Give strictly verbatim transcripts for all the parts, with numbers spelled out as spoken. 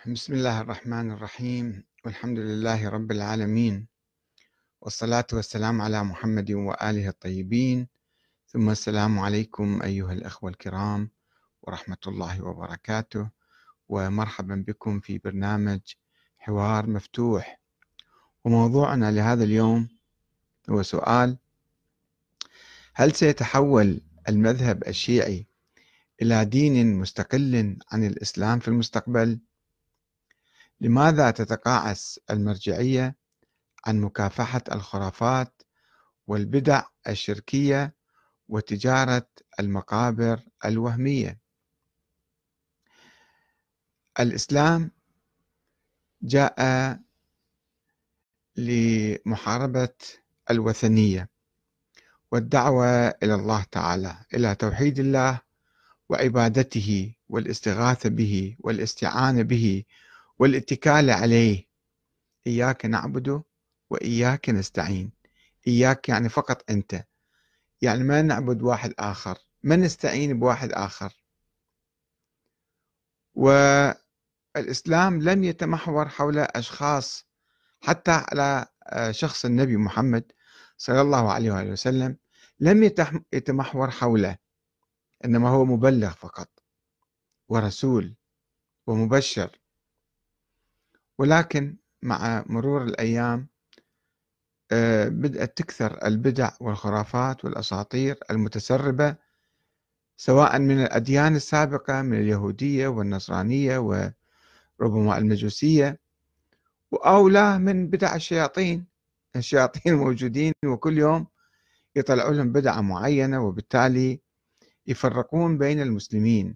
بسم الله الرحمن الرحيم والحمد لله رب العالمين والصلاة والسلام على محمد وآله الطيبين ثم السلام عليكم أيها الأخوة الكرام ورحمة الله وبركاته ومرحبا بكم في برنامج حوار مفتوح. وموضوعنا لهذا اليوم هو سؤال: هل سيتحول المذهب الشيعي إلى دين مستقل عن الإسلام في المستقبل؟ لماذا تتقاعس المرجعية عن مكافحة الخرافات والبدع الشركية وتجارة المقابر الوهمية؟ الإسلام جاء لمحاربة الوثنية والدعوة إلى الله تعالى، إلى توحيد الله وعبادته والاستغاثة به والاستعانة به والاتكال عليه. إياك نعبد وإياك نستعين. إياك يعني فقط أنت، يعني ما نعبد واحد آخر، ما نستعين بواحد آخر. والإسلام لم يتمحور حول أشخاص، حتى على شخص النبي محمد صلى الله عليه وآله وسلم لم يتمحور حوله، إنما هو مبلغ فقط ورسول ومبشر. ولكن مع مرور الأيام بدأت تكثر البدع والخرافات والأساطير المتسربة، سواء من الأديان السابقة من اليهودية والنصرانية وربما المجوسية، أو لا من بدع الشياطين. الشياطين موجودين وكل يوم يطلعوا لهم بدعة معينة، وبالتالي يفرقون بين المسلمين.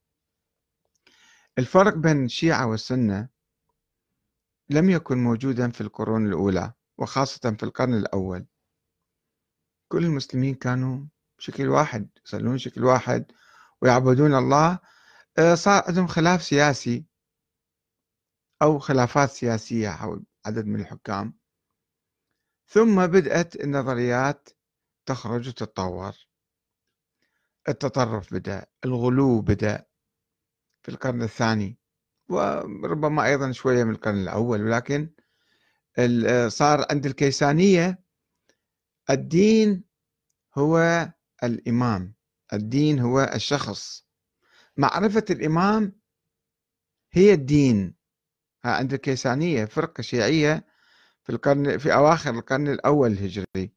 الفرق بين الشيعة والسنة لم يكن موجودا في القرون الأولى، وخاصة في القرن الأول. كل المسلمين كانوا بشكل واحد، يصلون شكل واحد ويعبدون الله. صار عندهم خلاف سياسي أو خلافات سياسية حول عدد من الحكام، ثم بدأت النظريات تخرج وتتطور. التطرف بدأ، الغلو بدأ في القرن الثاني، وربما أيضا شوية من القرن الأول. ولكن صار عند الكيسانية الدين هو الإمام، الدين هو الشخص، معرفة الإمام هي الدين. عند الكيسانية فرقة شيعية في القرن في أواخر القرن الأول الهجري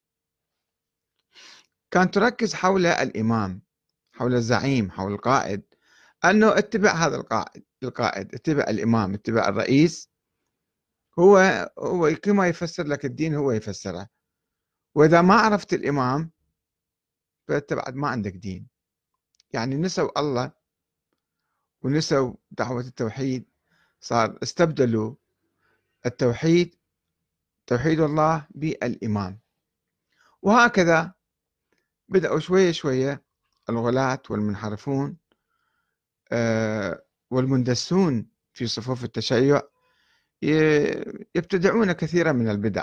كانت تركز حول الإمام، حول الزعيم، حول القائد، أنه اتبع هذا القائد القائد اتبع الإمام، اتبع الرئيس. هو هو كما يفسر لك الدين هو يفسره، وإذا ما عرفت الإمام فأنت بعد ما عندك دين. يعني نسوا الله ونسوا دعوة التوحيد، صار استبدلوا التوحيد توحيد الله بالإمام. وهكذا بدأوا شوية شوية الغلاة والمنحرفون والمندسون في صفوف التشيع يبتدعون كثيرا من البدع.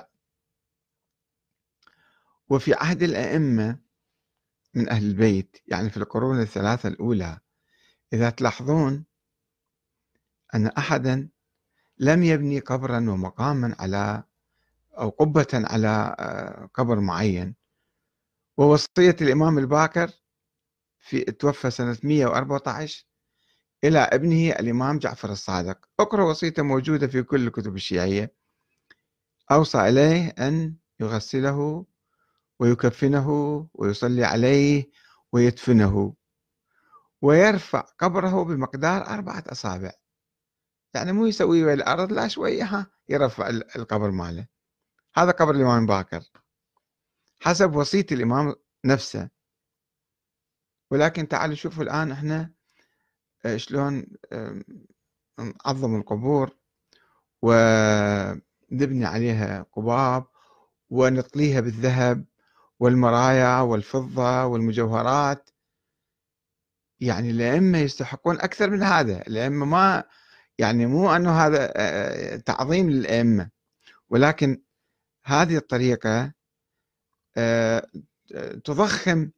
وفي عهد الأئمة من أهل البيت، يعني في القرون الثلاثة الأولى، إذا تلاحظون أن أحدا لم يبني قبرا ومقاما على أو قبة على قبر معين. ووصية الإمام الباقر في توفى سنة مئة وأربعة عشر إلى ابنه الإمام جعفر الصادق. اقرأ وصيته موجودة في كل الكتب الشيعية. أوصى إليه أن يغسله ويكفنه ويصلي عليه ويدفنه ويرفع قبره بمقدار أربعة أصابع. يعني مو يسويه الأرض، لا، شوية ها يرفع القبر ماله. هذا قبر الإمام باكر حسب وصية الإمام نفسه. ولكن تعالوا شوفوا الآن احنا شلون نعظم القبور ونبني عليها قباب ونطليها بالذهب والمرايا والفضة والمجوهرات. يعني الأئمة يستحقون أكثر من هذا. الأئمة ما يعني مو أنه هذا تعظيم للأئمة، ولكن هذه الطريقة تضخم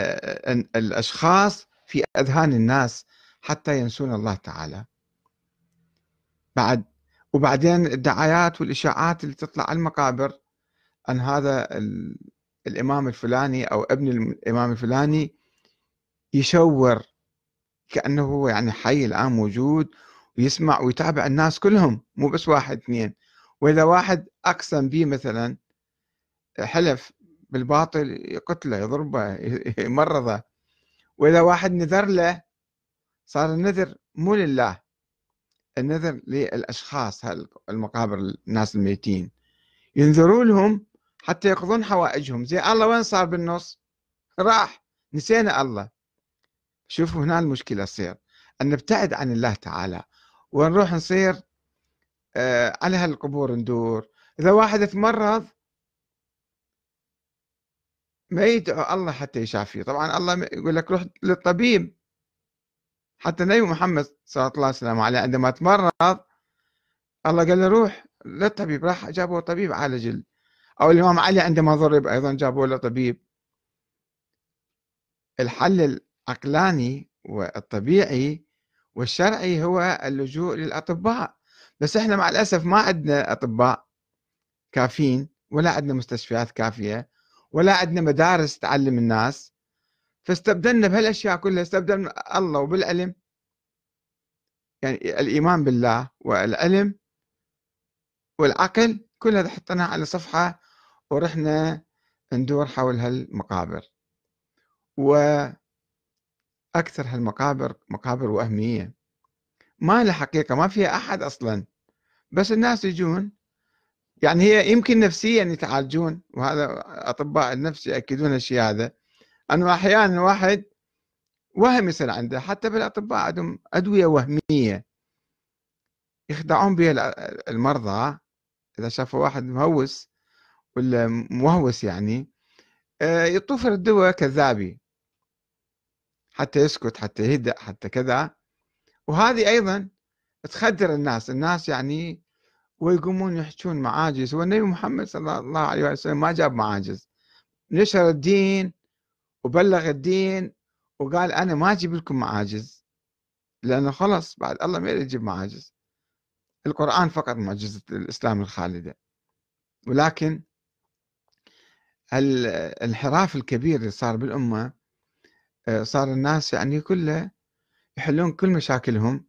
الأشخاص في أذهان الناس حتى ينسون الله تعالى. بعد. وبعدين الدعايات والإشاعات اللي تطلع على المقابر أن هذا ال... الإمام الفلاني أو ابن الإمام الفلاني يشور، كأنه هو يعني حي الآن موجود ويسمع ويتابع الناس كلهم، مو بس واحد اثنين. وإذا واحد أقسم به مثلا، حلف بالباطل، يقتله، يضربه، يمرضه. وإذا واحد نذر له، صار النذر مو لله، النذر للأشخاص، المقابر، الناس الميتين، ينذروا لهم حتى يقضون حوائجهم. زي الله وين صار بالنص؟ راح، نسينا الله. شوفوا هنا المشكلة تصير، أن نبتعد عن الله تعالى ونروح نصير آه على هالقبور ندور. إذا واحد تمرض ما يدعو الله حتى يشافيه. طبعا الله يقول لك روح للطبيب. حتى النبي محمد صلى الله عليه وسلم عليه عندما تمرض الله قال له روح للطبيب، راح جابوا طبيب عالج ال... أو الإمام علي عندما ضرب أيضا جابوا له طبيب. الحل العقلاني والطبيعي والشرعي هو اللجوء للأطباء، بس احنا مع الأسف ما عندنا أطباء كافيين، ولا عندنا مستشفيات كافية، ولا عندنا مدارس تعلم الناس، فاستبدلنا بهالأشياء كلها. استبدلنا الله وبالعلم، يعني الإيمان بالله والعلم والعقل كلها حطيناها على صفحة ورحنا ندور حول هالمقابر. وأكثر هالمقابر مقابر وهمية، ما لها حقيقة، ما فيها أحد أصلا، بس الناس يجون. يعني هي يمكن نفسيا يتعالجون، وهذا أطباء النفس يأكدون الشيء هذا، أنه أحيانا واحد وهم يصير عنده. حتى بالأطباء عندهم أدوية وهمية يخدعون بها المرضى. إذا شافوا واحد مهوس ولا موهوس يعني يطوفر الدواء كذابي حتى يسكت، حتى يهدأ، حتى كذا. وهذه أيضا تخدر الناس الناس يعني، ويقومون يحجون معاجز. والنبي محمد صلى الله عليه وسلم ما جاب معاجز، نشر الدين وبلغ الدين وقال أنا ما أجيب لكم معاجز، لأنه خلص بعد الله ما يجيب معاجز. القرآن فقط معجزة الإسلام الخالدة. ولكن الانحراف الكبير اللي صار بالأمة، صار الناس يعني كله يحلون كل مشاكلهم.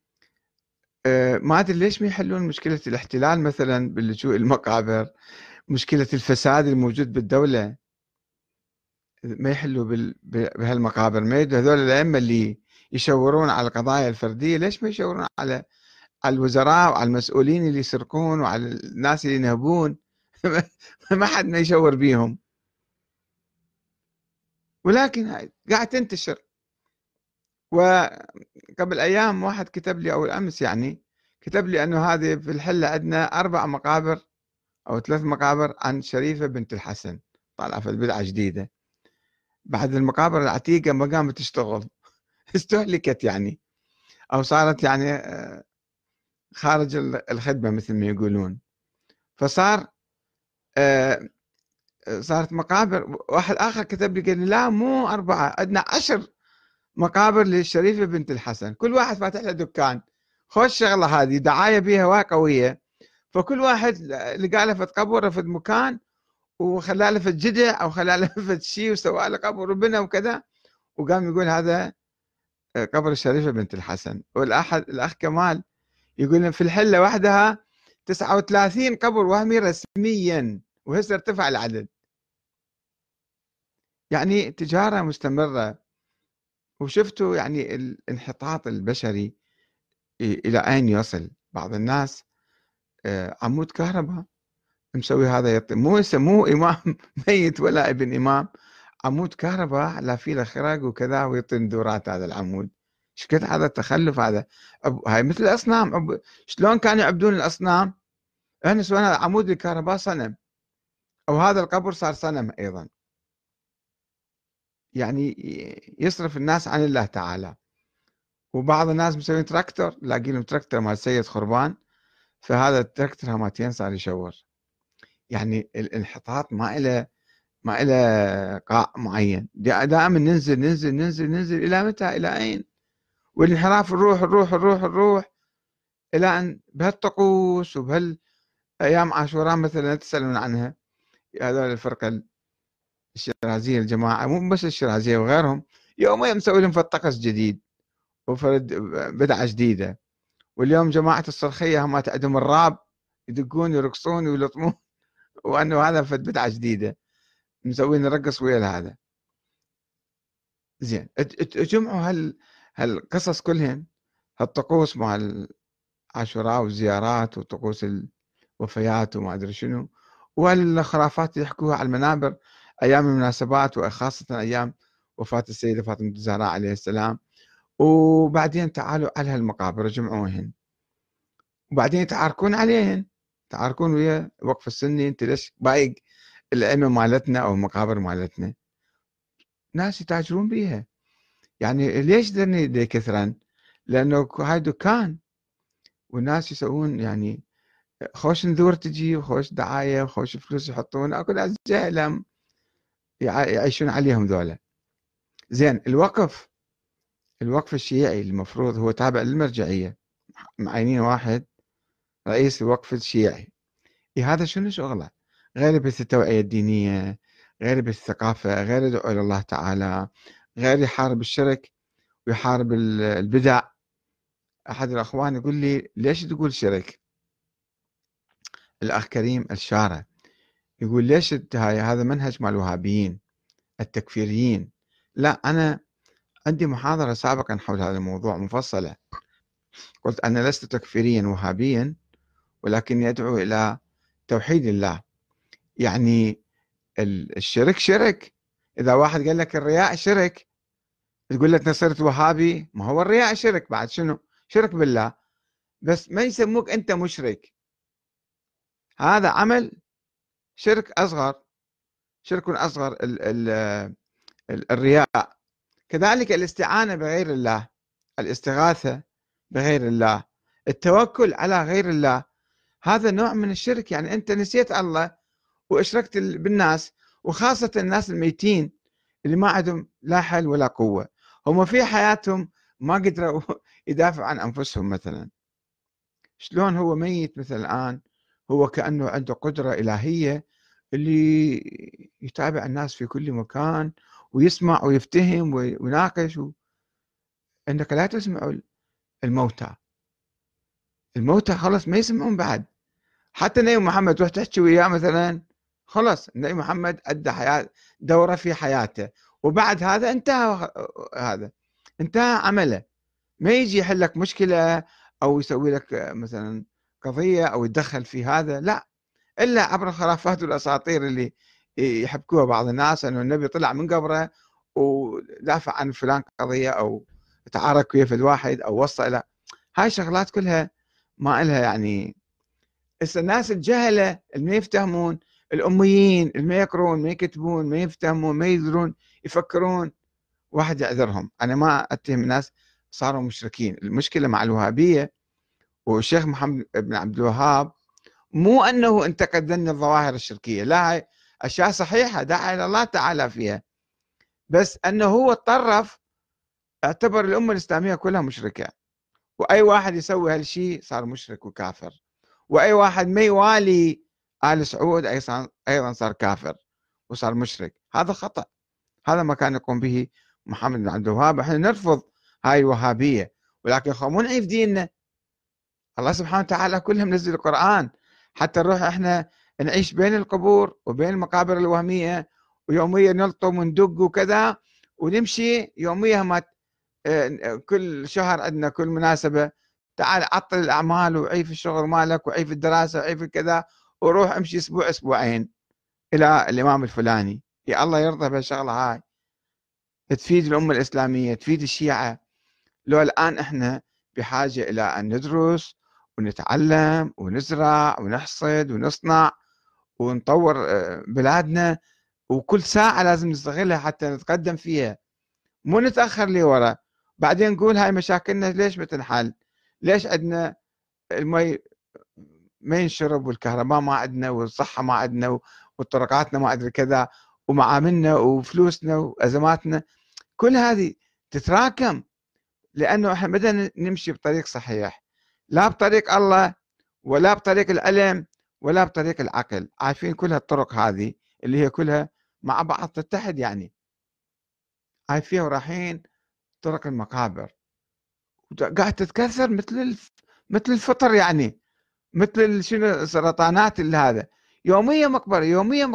ما أدري ليش ما يحلون مشكلة الاحتلال مثلا باللجوء المقابر، مشكلة الفساد الموجود بالدولة، ما يحلوا بهالمقابر. ما يدوا هذول الأئمة اللي يشورون على القضايا الفردية، ليش ما يشورون على على الوزراء وعلى المسؤولين اللي يسرقون وعلى الناس اللي ينهبون؟ ما حد ما يشور بيهم. ولكن هاي قاعد تنتشر. وقبل أيام واحد كتب لي، أو الأمس يعني، كتب لي أنه هذه في الحلة عندنا أربع مقابر أو ثلاث مقابر عن شريفة بنت الحسن، طالعة في البدعة جديدة بعد المقابر العتيقة ما قامت تشتغل، استهلكت يعني، أو صارت يعني خارج الخدمة مثل ما يقولون. فصار صارت مقابر. واحد آخر كتب لي قال لي لا مو أربعة، عندنا عشر مقابر للشريفة بنت الحسن، كل واحد فاتح له دكان. خوش شغلة هذه، دعاية بيها قوية. فكل واحد لقى له فد قبر رفد مكان وخلى له فد جدع أو خلى له فد شيء وسوى له قبر وبنى وكذا، وقام يقول هذا قبر الشريفة بنت الحسن. والأحد الأخ كمال يقول في الحلة وحدها تسعة وثلاثين قبر وهمي رسميا، وهسه ارتفع العدد. يعني تجارة مستمرة. وشفتوا يعني الانحطاط البشري إلى أين يصل. بعض الناس عمود كهرباء مسوي هذا يطي. مو مو إمام ميت ولا ابن إمام، عمود كهرباء لا فيه خرق وكذا ويطي ندورات هذا العمود. شكد هذا التخلف هذا. هاي مثل الأصنام. أب... شلون كانوا يعبدون الأصنام؟ احنا سوينا عمود الكهرباء صنم، أو هذا القبر صار صنم أيضا. يعني يصرف الناس عن الله تعالى. وبعض الناس مسوين تراكتور، لاقي لهم تراكتور مال سيد خربان، فهذا التراكتور هماتين صار يشور. يعني الانحطاط ما إله ما إله قاع معين، دائما ننزل ننزل ننزل ننزل. إلى متى؟ إلى أين؟ والانحراف الروح الروح الروح الروح إلى أن بهالطقوس وبهالأيام عاشوراء مثلا تسألون عنها، هذول الفرقة الشيرازية الجماعة، مو بس الشيرازية وغيرهم، يوميا مسوي لهم فد طقس جديد وفرد بدعة جديدة. واليوم جماعة الصرخية هم عندهم الراب، يدقون يرقصون ويلطمون وأنه هذا فد بدعة جديدة مسوين نرقص ويا هذا. زين، جمعوا هال هالقصص كلهن، هالطقوس مع العاشوراء والزيارات وطقوس الوفيات وما أدري شنو، والخرافات اللي يحكوها على المنابر أيام المناسبات وخاصة أيام وفاة السيدة فاطمة الزهراء عليه السلام. وبعدين تعالوا على هالمقابر جمعوهن، وبعدين يتعاركون عليهن، يتعاركون ويا الوقف السني، انت ليش بايق الأئمة مالتنا أو المقابر مالتنا؟ ناس يتاجرون بيها. يعني ليش ذني دي كثرا؟ لأنه هاي دكان والناس يسوون يعني خوش نذور تجي وخوش دعاية وخوش فلوس يحطون، اكو ناس جهلة يعيشون عليهم ذولا. زين، الوقف الوقف الشيعي المفروض هو تابع للمرجعية، معينين واحد رئيس الوقف الشيعي، إيه هذا شنو شغله؟ غير بس التوعية الدينية، غير بس الثقافة، غير يدعو إلى الله تعالى، غير يحارب الشرك ويحارب البدع. أحد الأخوان يقول لي ليش تقول شرك؟ الأخ كريم الشارع يقول ليش هاي هذا منهج مال الوهابيين التكفيريين. لا، أنا عندي محاضرة سابقا حول هذا الموضوع مفصلة، قلت أنا لست تكفيريا وهابيا، ولكني أدعو إلى توحيد الله. يعني الشرك شرك، إذا واحد قال لك الرياء شرك تقول لك صرت وهابي، ما هو الرياء شرك بعد، شنو شرك بالله، بس ما يسموك أنت مشرك، هذا عمل شرك أصغر، شرك أصغر ال ال ال الرياء. كذلك الاستعانة بغير الله، الاستغاثة بغير الله، التوكل على غير الله، هذا نوع من الشرك. يعني أنت نسيت الله واشركت بالناس، وخاصة الناس الميتين اللي ما عندهم لا حل ولا قوة، هم في حياتهم ما قدروا يدافعوا عن أنفسهم مثلا، شلون هو ميت مثل الآن هو كأنه عنده قدرة إلهية اللي يتابع الناس في كل مكان ويسمع ويفتهم ويناقش و... انك لا تسمع الموتى، الموتى خلص ما يسمعون بعد. حتى نبي محمد تروح تحكي وياه مثلا، خلص النبي محمد أدى حياة دورة في حياته، وبعد هذا انتهى، هذا انتهى عمله، ما يجي يحل لك مشكلة أو يسوي لك مثلا قضية أو يتدخل في هذا، لا، إلا عبر الخرافات والأساطير اللي يحبكوها بعض الناس، أنه النبي طلع من قبره ودافع عن فلان قضية أو تعارك ويا فد واحد أو وصى إلى، هاي شغلات كلها ما إلها يعني. هسه الناس الجهلة اللي ما يفتهمون، الأميين اللي ما يقرون ما يكتبون ما يفتهمون ما يدرون يفكرون، واحد يعذرهم. أنا ما أتهم الناس صاروا مشركين، المشكلة مع الوهابية والشيخ محمد بن عبد الوهاب مو أنه انتقد ذن الظواهر الشركية، لا، هاي أشياء صحيحة دعا إلى الله تعالى فيها، بس أنه هو تطرف، اعتبر الأمة الإسلامية كلها مشركة، وأي واحد يسوي هالشيء صار مشرك وكافر، وأي واحد ما يوالي آل سعود أيضا صار كافر وصار مشرك. هذا خطأ، هذا ما كان يقوم به محمد بن عبد الوهاب. احنا نرفض هاي الوهابية، ولكن مو نعيف ديننا. الله سبحانه وتعالى كلها منزل القرآن، حتى نروح احنا نعيش بين القبور وبين المقابر الوهمية، ويوميا نلطم وندق وكذا، ونمشي يوميا ما كل شهر عندنا كل مناسبة تعال عطل الأعمال وعيف الشغل مالك وعيف الدراسة وعيف كذا، وروح امشي أسبوع أسبوعين إلى الإمام الفلاني، يا الله يرضى بهالشغلة هاي، تفيد الأمة الإسلامية، تفيد الشيعة. لو الآن إحنا بحاجة إلى أن ندرس ونتعلم ونزرع ونحصد ونصنع ونطور بلادنا، وكل ساعة لازم نستغلها حتى نتقدم فيها، مو نتأخر لورا بعدين نقول هاي مشاكلنا ليش ما تنحل، ليش عندنا المي ما ينشرب والكهرباء ما عندنا والصحة ما عندنا والطرقاتنا ما أدري كذا ومعاملنا وفلوسنا وأزماتنا، كل هذه تتراكم لأنه احنا بدنا نمشي بطريق صحيح، لا بطريق الله ولا بطريق العلم ولا بطريق العقل. عارفين كل هالطرق هذه اللي هي كلها مع بعض تتحد، يعني عارفين ورايحين طرق المقابر، قاعد تتكسر مثل الف... مثل الفطر، يعني مثل شنو السرطانات اللي هذا، يوميا مقبرة يوميا